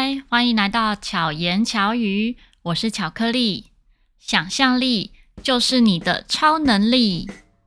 嗨，欢迎来到巧言巧语，我是巧克力。想象力就是你的超能力。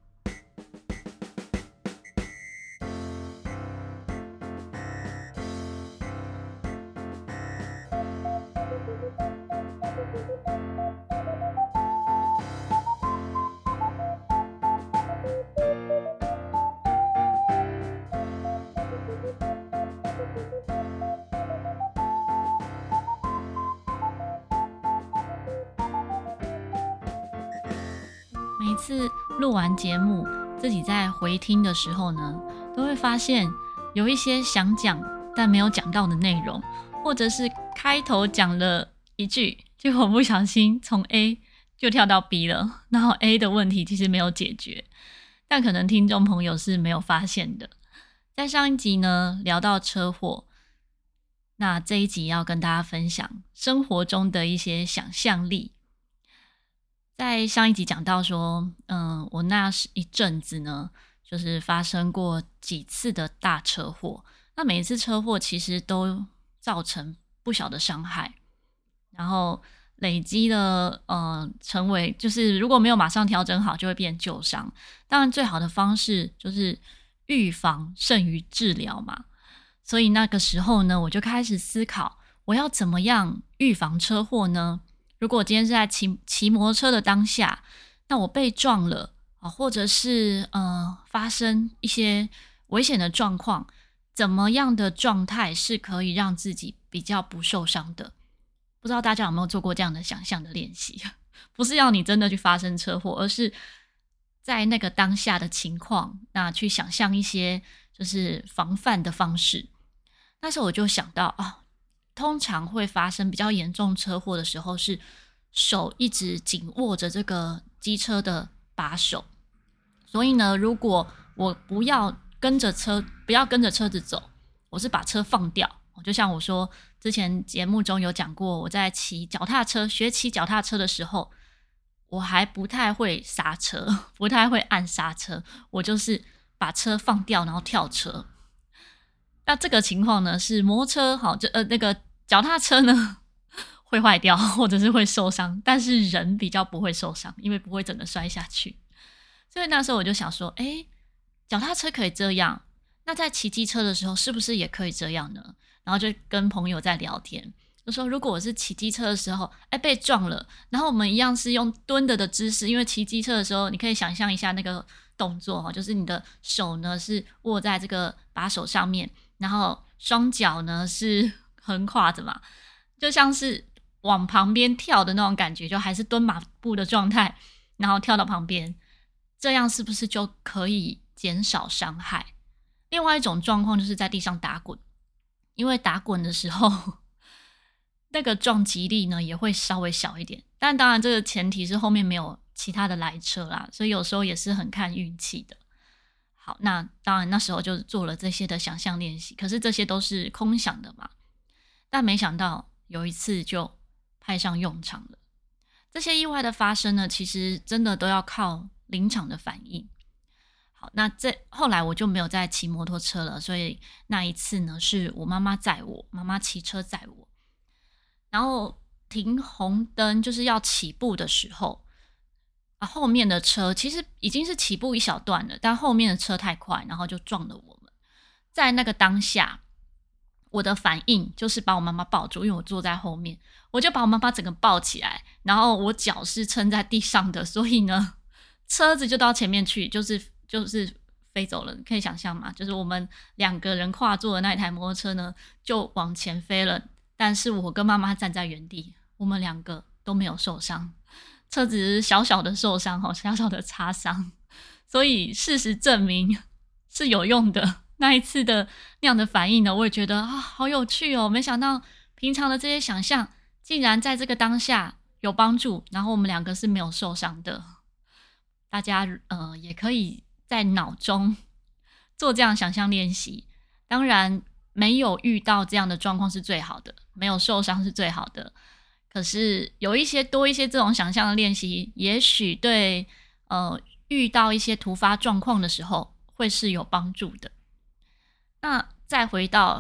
每一次录完节目，自己在回听的时候呢，都会发现有一些想讲但没有讲到的内容，或者是开头讲了一句，结果不小心从 A 就跳到 B 了，然后 A 的问题其实没有解决，但可能听众朋友是没有发现的。在上一集呢，聊到车祸，那这一集要跟大家分享生活中的一些想象力。在上一集讲到说，我那是一阵子呢，就是发生过几次的大车祸。那每一次车祸其实都造成不小的伤害，然后累积了，成为就是如果没有马上调整好，就会变旧伤。当然，最好的方式就是预防胜于治疗嘛。所以那个时候呢，我就开始思考，我要怎么样预防车祸呢？如果我今天是在骑摩托车的当下，那我被撞了或者是发生一些危险的状况，怎么样的状态是可以让自己比较不受伤的？不知道大家有没有做过这样的想象的练习？不是要你真的去发生车祸，而是在那个当下的情况，那去想象一些就是防范的方式。那时候我就想到通常会发生比较严重车祸的时候，是手一直紧握着这个机车的把手。所以呢，如果我不要跟着车子走，我是把车放掉。就像我说之前节目中有讲过，我在学骑脚踏车的时候，我还不太会刹车，不太会按刹车，我就是把车放掉，然后跳车。那这个情况呢，是摩托车那个脚踏车呢会坏掉，或者是会受伤，但是人比较不会受伤，因为不会整个摔下去。所以那时候我就想说，脚踏车可以这样，那在骑机车的时候是不是也可以这样呢？然后就跟朋友在聊天，就说如果我是骑机车的时候，被撞了，然后我们一样是用蹲的姿势，因为骑机车的时候，你可以想象一下那个动作就是你的手呢是握在这个把手上面，然后双脚呢是横跨着嘛，就像是往旁边跳的那种感觉，就还是蹲马步的状态，然后跳到旁边，这样是不是就可以减少伤害？另外一种状况就是在地上打滚，因为打滚的时候那个撞击力呢也会稍微小一点，但当然这个前提是后面没有其他的来车啦，所以有时候也是很看运气的。好，那当然那时候就做了这些的想象练习，可是这些都是空想的嘛，但没想到有一次就派上用场了。这些意外的发生呢，其实真的都要靠临场的反应。好，那后来我就没有再骑摩托车了，所以那一次呢，是我妈妈载我，妈妈骑车载我，然后停红灯就是要起步的时候后面的车其实已经是起步一小段了，但后面的车太快，然后就撞了我们。在那个当下，我的反应就是把我妈妈抱住，因为我坐在后面，我就把我妈妈整个抱起来，然后我脚是撑在地上的，所以呢，车子就到前面去，就是飞走了。可以想象吗？就是我们两个人跨坐的那一台摩托车呢，就往前飞了，但是我跟妈妈站在原地，我们两个都没有受伤。车子小小的受伤，小小的擦伤，所以事实证明是有用的。那一次的那样的反应呢，我也觉得好有趣哦！没想到平常的这些想象，竟然在这个当下有帮助，然后我们两个是没有受伤的。大家也可以在脑中做这样想象练习。当然，没有遇到这样的状况是最好的，没有受伤是最好的。可是多一些这种想象的练习，也许对遇到一些突发状况的时候会是有帮助的。那再回到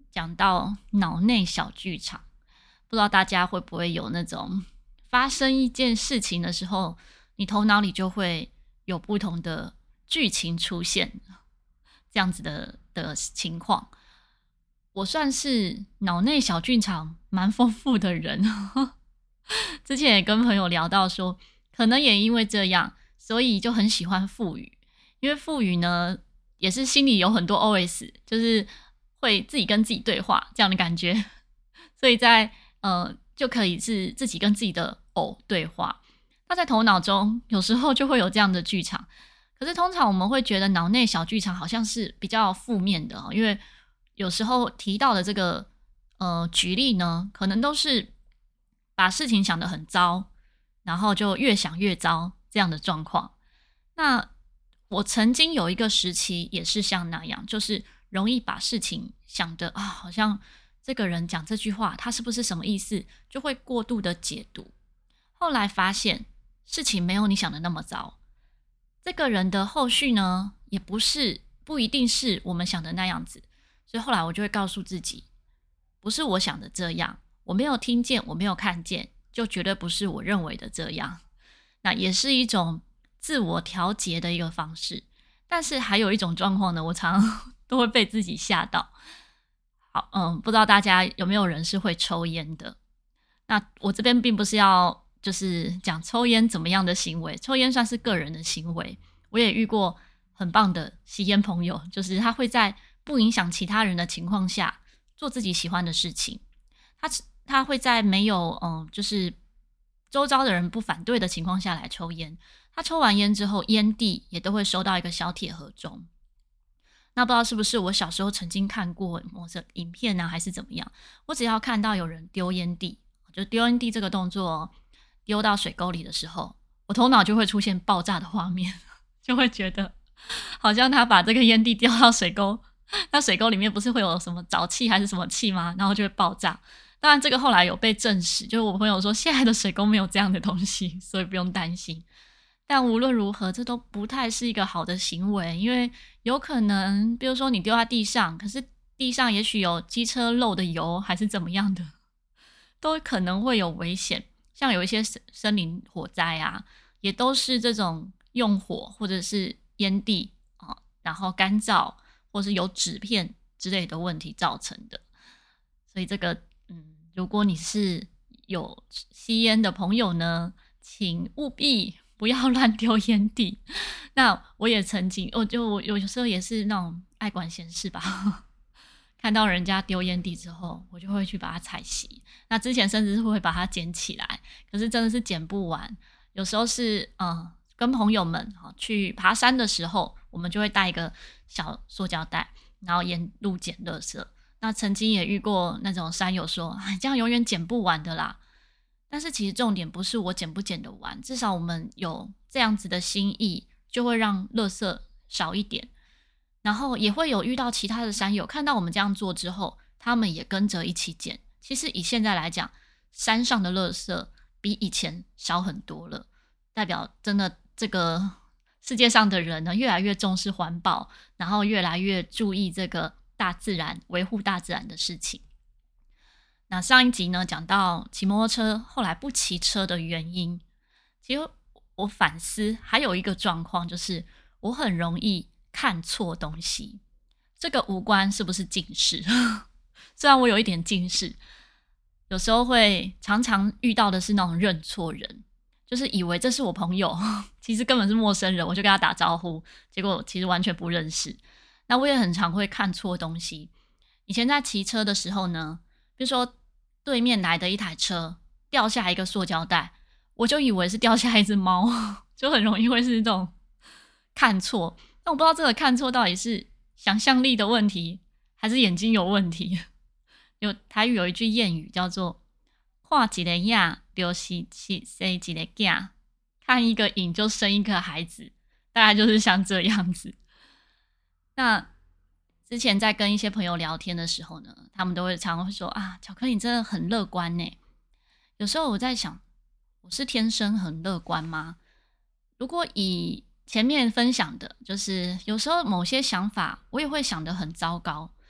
讲到脑内小剧场，不知道大家会不会有那种发生一件事情的时候，你头脑里就会有不同的剧情出现，这样子的情况。我算是脑内小剧场蛮丰富的人，之前也跟朋友聊到说，可能也因为这样，所以就很喜欢腹语，因为腹语呢也是心里有很多 OS， 就是会自己跟自己对话这样的感觉，所以就可以是自己跟自己的偶对话。那在头脑中有时候就会有这样的剧场，可是通常我们会觉得脑内小剧场好像是比较负面的，因为有时候提到的这个举例呢，可能都是把事情想得很糟，然后就越想越糟这样的状况。那我曾经有一个时期也是像那样，就是容易把事情想得好像这个人讲这句话，他是不是什么意思，就会过度的解读。后来发现事情没有你想的那么糟，这个人的后续呢，也不一定是我们想的那样子。所以后来我就会告诉自己，不是我想的这样，我没有听见，我没有看见，就绝对不是我认为的这样。那也是一种自我调节的一个方式。但是还有一种状况呢，我常常都会被自己吓到。好，不知道大家有没有人是会抽烟的？那我这边并不是要就是讲抽烟怎么样的行为，抽烟算是个人的行为。我也遇过很棒的吸烟朋友，就是他会在不影响其他人的情况下做自己喜欢的事情。他会在没有就是周遭的人不反对的情况下来抽烟。他抽完烟之后，烟蒂也都会收到一个小铁盒中。那不知道是不是我小时候曾经看过某些影片啊，还是怎么样？我只要看到有人丢烟蒂，就丢烟蒂这个动作丢到水沟里的时候，我头脑就会出现爆炸的画面，就会觉得好像他把这个烟蒂丢到水沟，那水沟里面不是会有什么沼气还是什么气吗？然后就会爆炸。当然这个后来有被证实，就是我朋友说现在的水沟没有这样的东西，所以不用担心。但无论如何，这都不太是一个好的行为，因为有可能比如说你丢在地上，可是地上也许有机车漏的油还是怎么样的，都可能会有危险。像有一些森林火灾啊，也都是这种用火或者是烟蒂然后干燥或是有纸片之类的问题造成的。所以这个如果你是有吸烟的朋友呢，请务必不要乱丢烟蒂。那我也曾经我有时候也是那种爱管闲事吧，看到人家丢烟蒂之后，我就会去把它踩熄。那之前甚至是会把它捡起来，可是真的是捡不完。有时候是跟朋友们去爬山的时候，我们就会带一个小塑胶袋，然后沿路捡垃圾。那曾经也遇过那种山友说，这样永远捡不完的啦。但是其实重点不是我捡不捡得完，至少我们有这样子的心意，就会让垃圾少一点。然后也会有遇到其他的山友，看到我们这样做之后，他们也跟着一起捡。其实以现在来讲，山上的垃圾比以前少很多了，代表真的这个世界上的人呢，越来越重视环保，然后越来越注意这个大自然，维护大自然的事情。那上一集呢，讲到骑摩托车后来不骑车的原因，其实我反思还有一个状况，就是我很容易看错东西。这个无关是不是近视，虽然我有一点近视，有时候会常常遇到的是那种认错人，就是以为这是我朋友，其实根本是陌生人，我就跟他打招呼，结果其实完全不认识。那我也很常会看错东西。以前在骑车的时候呢，比如说对面来的一台车掉下一个塑胶袋，我就以为是掉下一只猫，就很容易会是这种看错。但我不知道这个看错到底是想象力的问题，还是眼睛有问题。台语有一句谚语叫做看一个影就是生一个囝，看一个影就生一个孩子，大概就是像这样子。那之前在跟一些朋友聊天的时候呢，他们都会常会说巧克力你真的很乐观耶。有时候我在想，我是天生很乐观吗？如果以前面分享的，就是有时候某些想法我也会想得很糟糕，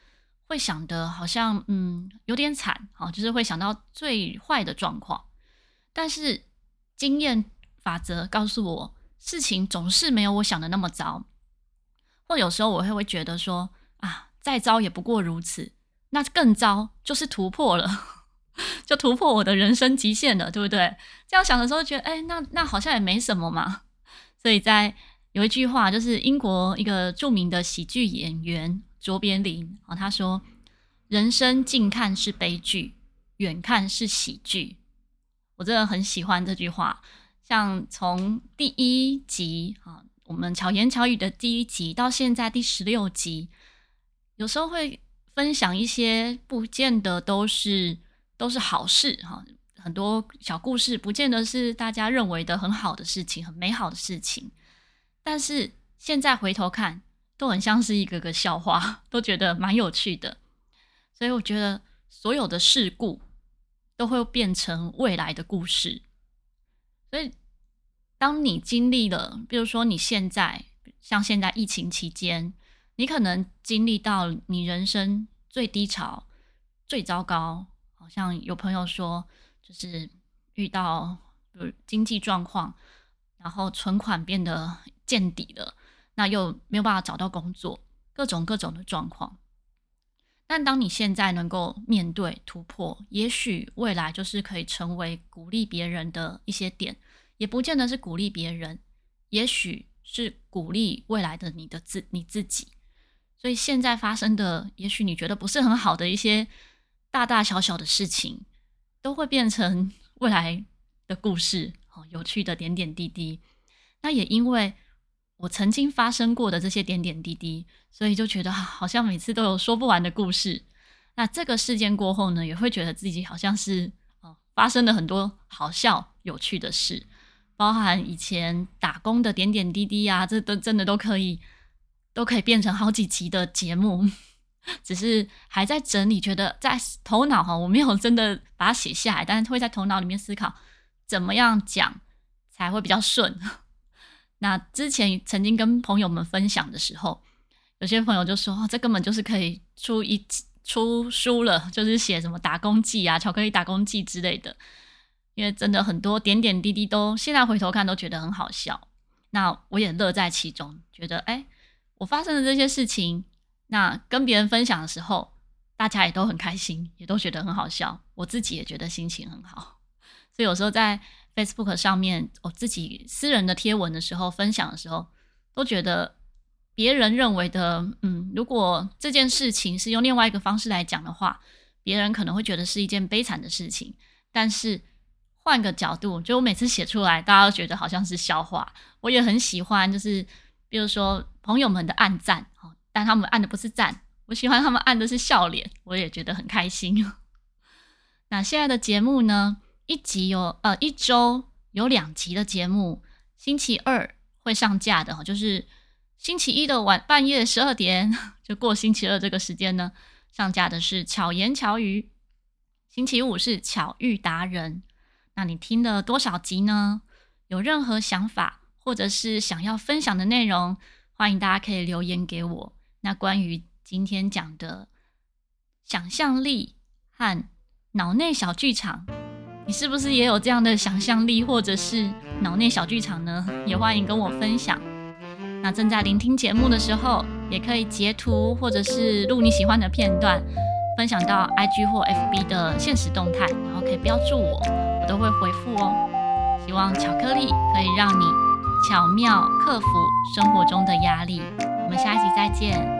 会想的好像有点惨，就是会想到最坏的状况。但是经验法则告诉我，事情总是没有我想的那么糟。或有时候我会觉得说再糟也不过如此，那更糟就是突破了就突破我的人生极限了，对不对？这样想的时候觉得那好像也没什么嘛。所以有一句话，就是英国一个著名的喜剧演员卓别林他说，人生近看是悲剧，远看是喜剧。我真的很喜欢这句话。像从第1集我们巧言巧语的第1集到现在第16集，有时候会分享一些不见得都是好事很多小故事不见得是大家认为的很好的事情，很美好的事情，但是现在回头看都很像是一个个笑话，都觉得蛮有趣的。所以我觉得所有的事故都会变成未来的故事。所以当你经历了，比如说你像现在疫情期间，你可能经历到你人生最低潮最糟糕，好像有朋友说就是遇到经济状况，然后存款变得见底了，那又没有办法找到工作，各种的状况。但当你现在能够面对突破，也许未来就是可以成为鼓励别人的一些点，也不见得是鼓励别人，也许是鼓励未来的你自己。所以现在发生的，也许你觉得不是很好的一些大大小小的事情，都会变成未来的故事，有趣的点点滴滴。那也因为我曾经发生过的这些点点滴滴，所以就觉得好像每次都有说不完的故事。那这个事件过后呢，也会觉得自己好像是发生了很多好笑有趣的事，包含以前打工的点点滴滴这都真的都可以变成好几集的节目。只是还在整理，觉得在头脑我没有真的把它写下来，但是会在头脑里面思考怎么样讲才会比较顺。那之前曾经跟朋友们分享的时候，有些朋友就说这根本就是可以出书了，就是写什么打工记巧克力打工记之类的。因为真的很多点点滴滴都现在回头看都觉得很好笑，那我也乐在其中，觉得我发生的这些事情，那跟别人分享的时候，大家也都很开心，也都觉得很好笑，我自己也觉得心情很好。所以有时候在 Facebook 上面我自己私人的贴文的时候，分享的时候，都觉得别人认为的如果这件事情是用另外一个方式来讲的话，别人可能会觉得是一件悲惨的事情，但是换个角度，就我每次写出来大家都觉得好像是笑话。我也很喜欢就是比如说朋友们的按赞，但他们按的不是赞，我喜欢他们按的是笑脸，我也觉得很开心。那现在的节目呢，一周有2集的节目，星期二会上架的，就是星期一的半夜12点，就过星期二这个时间呢，上架的是巧言巧语，星期五是巧遇达人。那你听了多少集呢？有任何想法或者是想要分享的内容，欢迎大家可以留言给我。那关于今天讲的想象力和脑内小剧场，你是不是也有这样的想象力或者是脑内小剧场呢？也欢迎跟我分享。那正在聆听节目的时候，也可以截图或者是录你喜欢的片段，分享到 IG 或 FB 的限时动态，然后可以标注我都会回复哦。希望巧克力可以让你巧妙克服生活中的压力。我们下一集再见。